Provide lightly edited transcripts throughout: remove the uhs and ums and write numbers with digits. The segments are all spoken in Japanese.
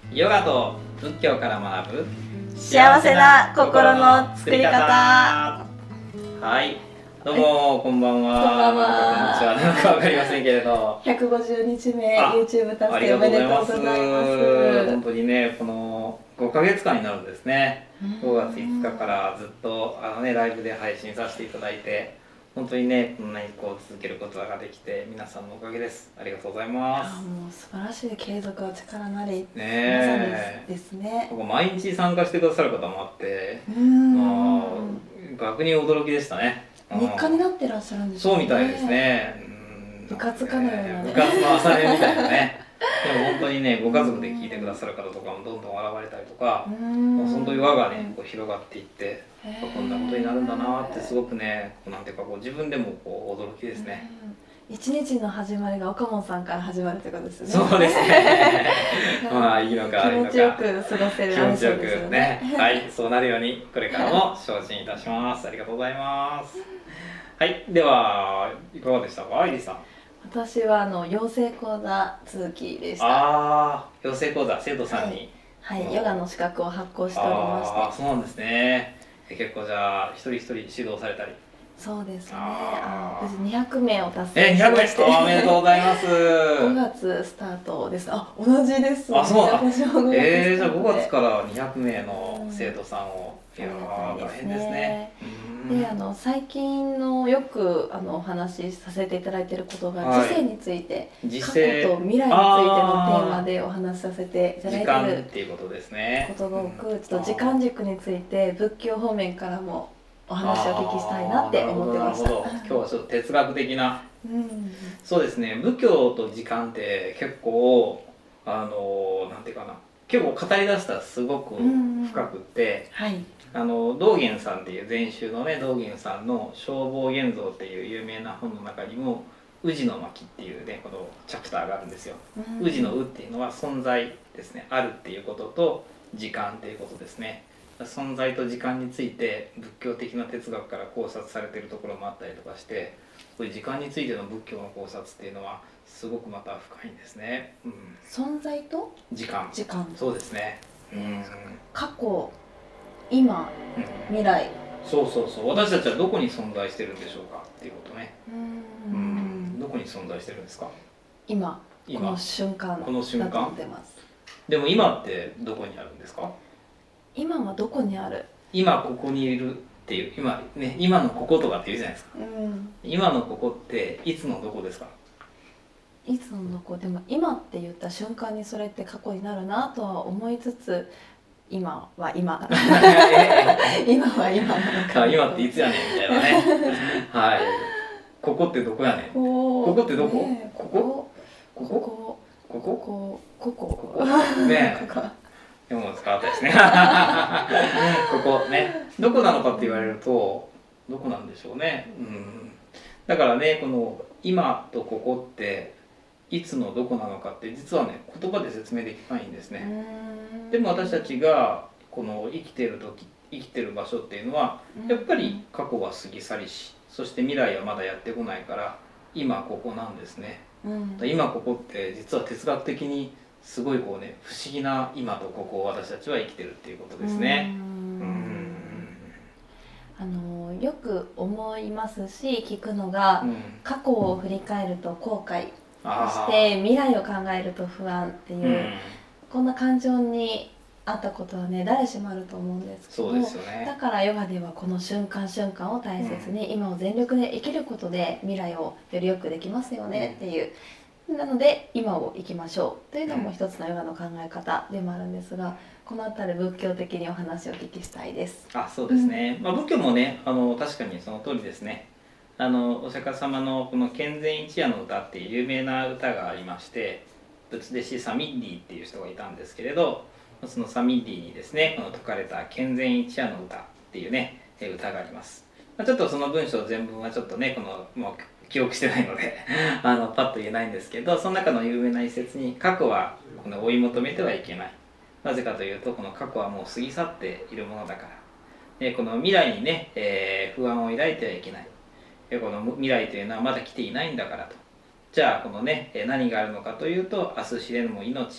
ヨガと仏教から学ぶ幸せな心の作り方。 はい、どうもこんばんは。 こんばんは。 こんにちは。なんかわかりませんけれど、 150日目 YouTube 達成おめでとうございます。 本当にね、この5ヶ月間になるんですね。5月5日からずっとライブで配信させていただいて、本当にね、こんなにこう続けることができて皆さんのおかげです。ありがとうございます。 もう素晴らしい、継続は力なり、 ね、 まさにですね。 ここ毎日参加してくださる方もあって、逆に驚きでしたね。 日課になってらっしゃるんですね。 そうみたいですね。 部活かのようなね。 部活の朝練みたいなね。でも本当にね、ご家族で聞いてくださる方とかもどんどん現れたりとか、本当に輪がねこう広がっていって、こんなことになるんだなってすごくね、なんていうかこう自分でもこう驚きですね。 一日の始まりが岡本さんから始まるってことですね。 そうですね。まあいいのか悪いのか。 気持ちよく過ごせる。 気持ちよくね。はい、そうなるようにこれからも精進いたします。ありがとうございます。はい、ではいかがでしたか、アイリさん。 私は養成講座続きでした。 ああ、養成講座生徒さんに、 はい、ヨガの資格を発行しておりまして。 ああ、そうなんですね。結構じゃあ一人一人指導されたり。 そうですね。無事200名を達成し 200 まして。 名、おめでとうございます。 5月スタートです。あ、同じです、ね。 あ、そうだ。 私も5月じゃあ5月から200名の生徒さんを、いや大変ですね。 で、最近のよくお話しさせていただいていることが、時世について、過去と未来についてのテーマでお話しさせていただいている時間っていうことですね。 ことが多く、ちょっと時間軸について仏教方面からもお話をお聞きしたいなって思ってました。 今日はちょっと哲学的な、そうですね、仏教と時間って結構なんていうかな、結構語り出したらすごく深くって、道元さんっていう禅宗のね、道元さんの「正法現像」っていう有名な本の中にも「宇治の巻」っていうねこのチャプターがあるんですよ。宇治の「宇」っていうのは存在ですね、あるっていうことと時間っていうことですね。存在と時間について仏教的な哲学から考察されているところもあったりとかして、こういう時間についての仏教の考察っていうのはすごくまた深いんですね。 存在と時間。そうですね。 過去、今、未来。 そうそうそう。私たちはどこに存在してるんでしょうかっていうことね。どこに存在してるんですか。 今、この瞬間だと思ってます。 でも今ってどこにあるんですか。 今はどこにある。 今ここにいるっていう、今のこことかって言うじゃないですか。今のここっていつのどこですか。 いつのどこでも今って言った瞬間にそれって過去になるなとは思いつつ、今は今今は今なのか。 今っていつやねんみたいなね。はい。ここってどこやねん。ここってどこ？ここ？ここ？ここ？ここ？ねえ。でも使わったですね。ここね、どこなのかって言われるとどこなんでしょうね。だからね、この今とここっていつのどこなのかって実はね言葉で説明できないんですね。でも私たちがこの生きてる時、生きてる場所っていうのはやっぱり過去は過ぎ去りし、そして未来はまだやってこないから今ここなんですね。今ここって実は哲学的にすごいこうね、不思議な今とここを私たちは生きてるっていうことですね。 よく思いますし聞くのが、過去を振り返ると後悔、そして未来を考えると不安っていう、こんな感情にあったことはね誰しもあると思うんですけど、 そうですよね。 だからヨガではこの瞬間瞬間を大切に、今を全力で生きることで未来をよりよくできますよねっていう。なので今を生きましょうというのも一つのヨガの考え方でもあるんですが、この辺り仏教的にお話をお聞きしたいです。 そうですね。仏教もね確かにその通りですね。お釈迦様のこの健全一夜の歌っていう有名な歌がありまして、仏弟子サミッディっていう人がいたんですけれど、そのサミッディにですねこの説かれた健全一夜の歌っていうね歌があります。ちょっとその文章全文はちょっとねこのもう記憶してないのでパッと言えないんですけど、その中の有名な一節に過去はこの追い求めてはいけない、なぜかというとこの過去はもう過ぎ去っているものだから、この未来にね、不安を抱いてはいけない、この未来というのはまだ来ていないんだからと。じゃあこのね何があるのかというと、明日知れぬも命、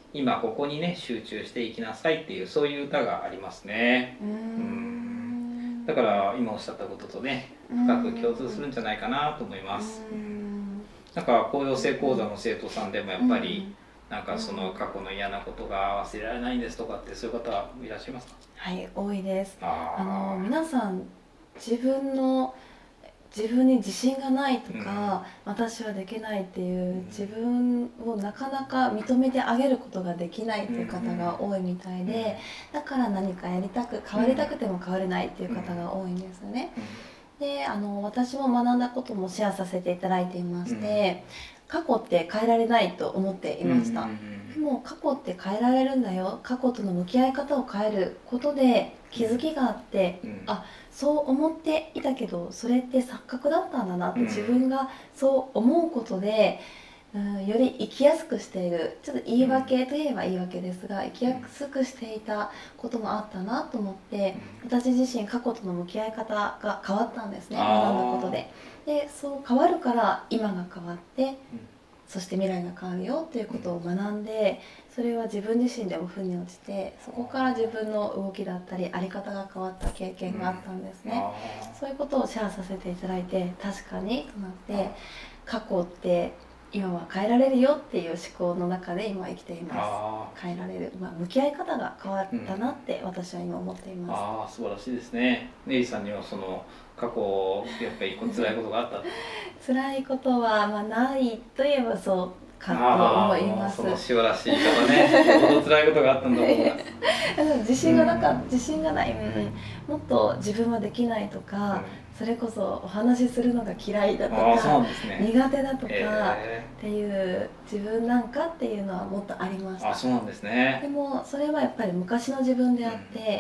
今ここにね集中していきなさいっていうそういう歌がありますね。だから今おっしゃったこととね深く共通するんじゃないかなと思います。なんか紅葉生講座の生徒さんでもやっぱりなんかその過去の嫌なことが忘れられないんですとかってそういう方いらっしゃいますか？ はい、多いです。皆さん自分に自信がないとか、私はできないっていう自分をなかなか認めてあげることができないっていう方が多いみたいで、だから何か変わりたくても変われないっていう方が多いんですよね。で私も学んだこともシェアさせていただいていまして、過去って変えられないと思っていました。でも過去って変えられるんだよ、過去との向き合い方を変えることで気づきがあって、あ、そう思っていたけどそれって錯覚だったんだなって自分がそう思うことで、より生きやすくしている、ちょっと言い訳といえば言い訳ですが生きやすくしていたこともあったなと思って、私自身過去との向き合い方が変わったんですね、学んだことで。でそう変わるから今が変わって、そして未来が変わるよっていうことを学んで、それは自分自身でも腑に落ちて、そこから自分の動きだったり在り方が変わった経験があったんですね。そういうことをシェアさせていただいて、確かにとなって、過去って今は変えられるよっていう思考の中で今生きています。変えられる、向き合い方が変わったなって私は今思っています。素晴らしいですね。ネイさんにはその過去やっぱり辛いことがあった辛いことはないといえばそうかと思います。 その塩らしい方ね、よほど辛いことがあったんだと思います。 自信がない、もっと自分はできないとか、それこそお話しするのが嫌いだとか、苦手だとかっていう自分なんかっていうのはもっとありました。 そうなんですね。 でもそれはやっぱり昔の自分であって、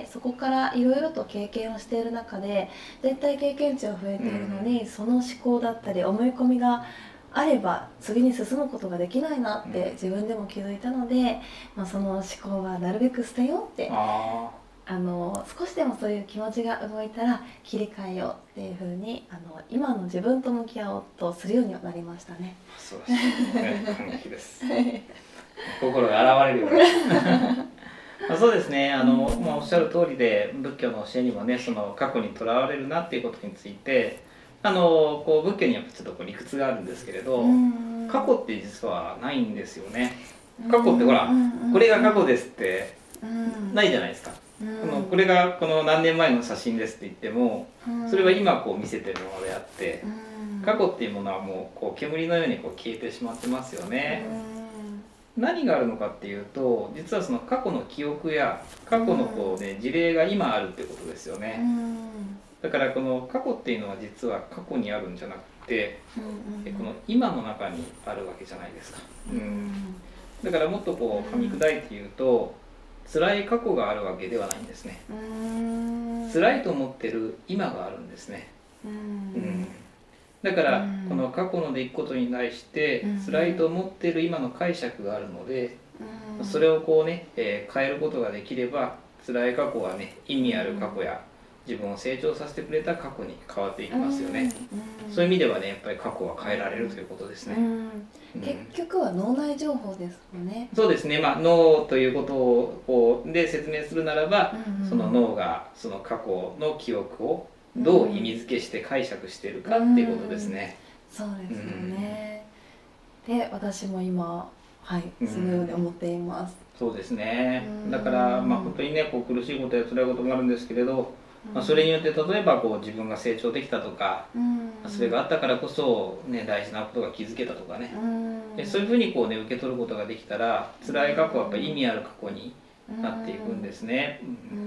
そこからいろいろと経験をしている中で絶対経験値は増えているのに、その思考だったり思い込みがあれば次に進むことができないなって自分でも気づいたので、その思考はなるべく捨てようって、少しでもそういう気持ちが動いたら切り替えようっていうふうに今の自分と向き合おうとするようにはなりましたね。 そうですね、感激です。心が現れるようなそうですね、おっしゃる通りで、仏教の教えにもね、その過去にとらわれるなっていうことについてこう仏教にはちょっと理屈があるんですけれど、過去って実はないんですよね。過去ってほら、これが過去ですってないじゃないですか。これがこの何年前の写真ですって言っても、それは今こう見せてるものであって、過去っていうものはもうこう煙のようにこう消えてしまってますよね。何があるのかっていうと、実はその過去の記憶や過去のこう、事例が今あるっていうことですよね。だからこの過去っていうのは実は過去にあるんじゃなくて、この今の中にあるわけじゃないですか。だからもっとこう噛み砕いて言うと、辛い過去があるわけではないんですね。辛いと思ってる今があるんですね。だからこの過去の出来事に対して辛いと思ってる今の解釈があるので、それをこうね、変えることができれば、辛い過去はね、意味ある過去や自分を成長させてくれた過去に変わっていきますよね。そういう意味ではね、やっぱり過去は変えられるということですね。 結局は脳内情報ですもんね。 そうですね、脳ということをこうで説明するならば、その脳がその過去の記憶をどう意味付けして解釈しているかっていうことですね。 そうですよね。で、私も今そのように思っています。 そうですね。だから本当にね、こう苦しいことや辛いこともあるんですけれど、それによって例えばこう自分が成長できたとか、それがあったからこそ、ね、大事なことが気づけたとかね、そういうふうにこう、ね、受け取ることができたら、辛い過去はやっぱり意味ある過去になっていくんですね。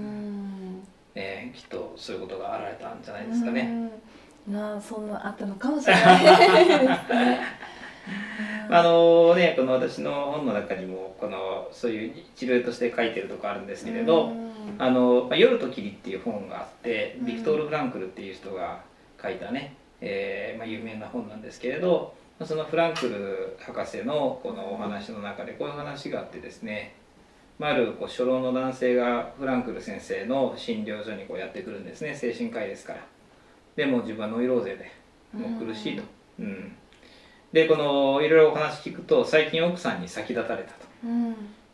きっとそういうことがあられたんじゃないですかね。 そんなあったのかもしれないですね。 この私の本の中にもそういう一例として書いてるとこあるんですけれど、夜と霧っていう本があって、ビクトール・フランクルっていう人が書いたね、有名な本なんですけれど、そのフランクル博士のこのお話の中でこういう話があってですね、ある初老の男性がフランクル先生の診療所にやってくるんですね。精神科医ですから。でも自分はノイローゼでもう苦しいと。でいろいろお話聞くと、最近奥さんに先立たれたと。そ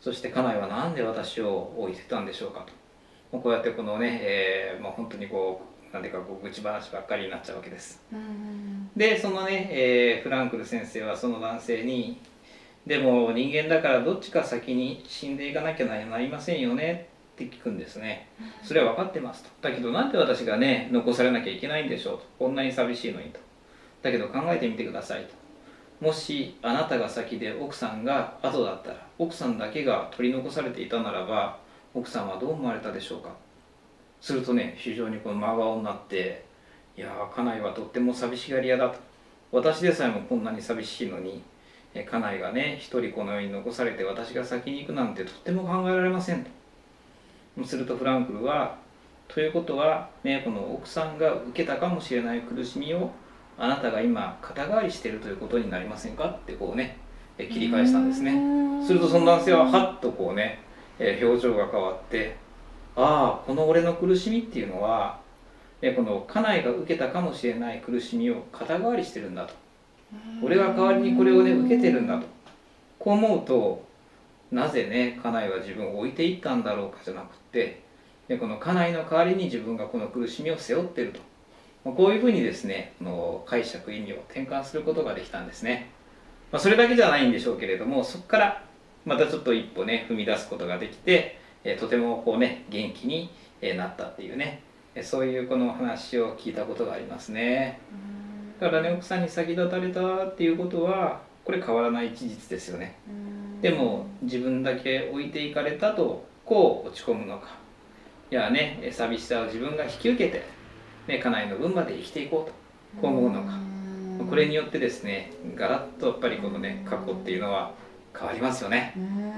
そして家内は何で私を置いてたんでしょうかと、こうやってこのね、本当にこうなんていうかこう愚痴話ばっかりになっちゃうわけです。でそのね、フランクル先生はその男性に「でも人間だからどっちか先に死んでいかなきゃなりませんよね」って聞くんですね。それは分かってますと。だけどなんで私がね残されなきゃいけないんでしょうと。こんなに寂しいのにと。だけど考えてみてくださいと。もしあなたが先で奥さんが後だったら、奥さんだけが取り残されていたならば奥さんはどう思われたでしょうか。するとね、非常にこの真顔になって「いやー、家内はとっても寂しがり屋だ」と。私でさえもこんなに寂しいのに家内がね一人この世に残されて私が先に行くなんてとっても考えられませんと。するとフランクルは「ということはね、この奥さんが受けたかもしれない苦しみをあなたが今肩代わりしているということになりませんか」ってこうね切り返したんですね。するとその男性ははっとこうね表情が変わって「ああ、この俺の苦しみっていうのはこの家内が受けたかもしれない苦しみを肩代わりしてるんだ」と。俺が代わりにこれをね受けてるんだと。こう思うと、なぜね家内は自分を置いていったんだろうかじゃなくて、この家内の代わりに自分がこの苦しみを背負っていると、こういうふうにですね解釈意味を転換することができたんですね。それだけじゃないんでしょうけれども、そこからまたちょっと一歩ね踏み出すことができて、とてもこうね元気になったっていうね、そういうこの話を聞いたことがありますね。だからね、奥さんに先立たれたっていうことはこれ変わらない事実ですよね。でも自分だけ置いていかれたとこう落ち込むのか、いやね寂しさを自分が引き受けて、ね、家内の分まで生きていこうとこう思うのか、これによってですねガラッとやっぱりこのね過去っていうのは変わりますよね。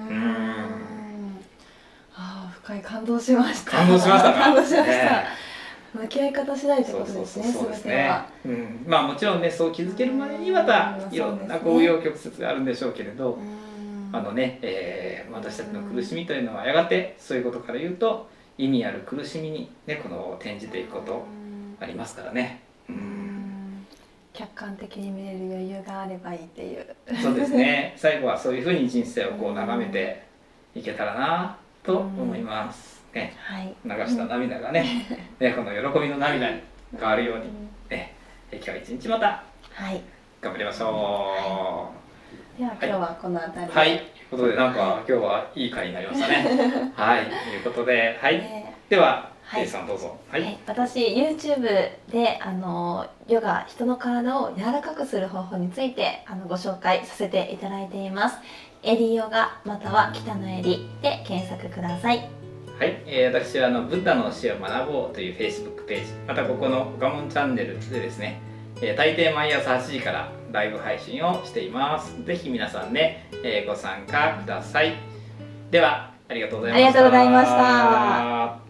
深い感動しました。 感動しましたか。 感動しました。向き合い方次第ってことですね。 そうですね。まあもちろんねそう気づけるまでにまたいろんな紆余曲折があるんでしょうけれど、私たちの苦しみというのはやがてそういうことから言うと意味ある苦しみにねこの転じていくことありますからね。 客観的に見れる余裕があればいいっていう。 そうですね。最後はそういうふうに人生をこう眺めていけたらなと思います。ね、流した涙がね、この喜びの涙に変わるように、今日一日また頑張りましょう。では今日はこの辺りで。 はい、ということでなんか今日はいい回になりましたね。はい、ということで、はい、ではAさんどうぞ。 私 YouTube でヨガ、人の体を柔らかくする方法についてご紹介させていただいています。エリヨガまたは北のエリで検索ください。 はい、私はブッダの教えを学ぼうという Facebook ページ、またここのガモンチャンネルでですね、大抵毎朝8時からライブ配信をしています。ぜひ皆さんね、ご参加ください。ではありがとうございました。 ありがとうございました。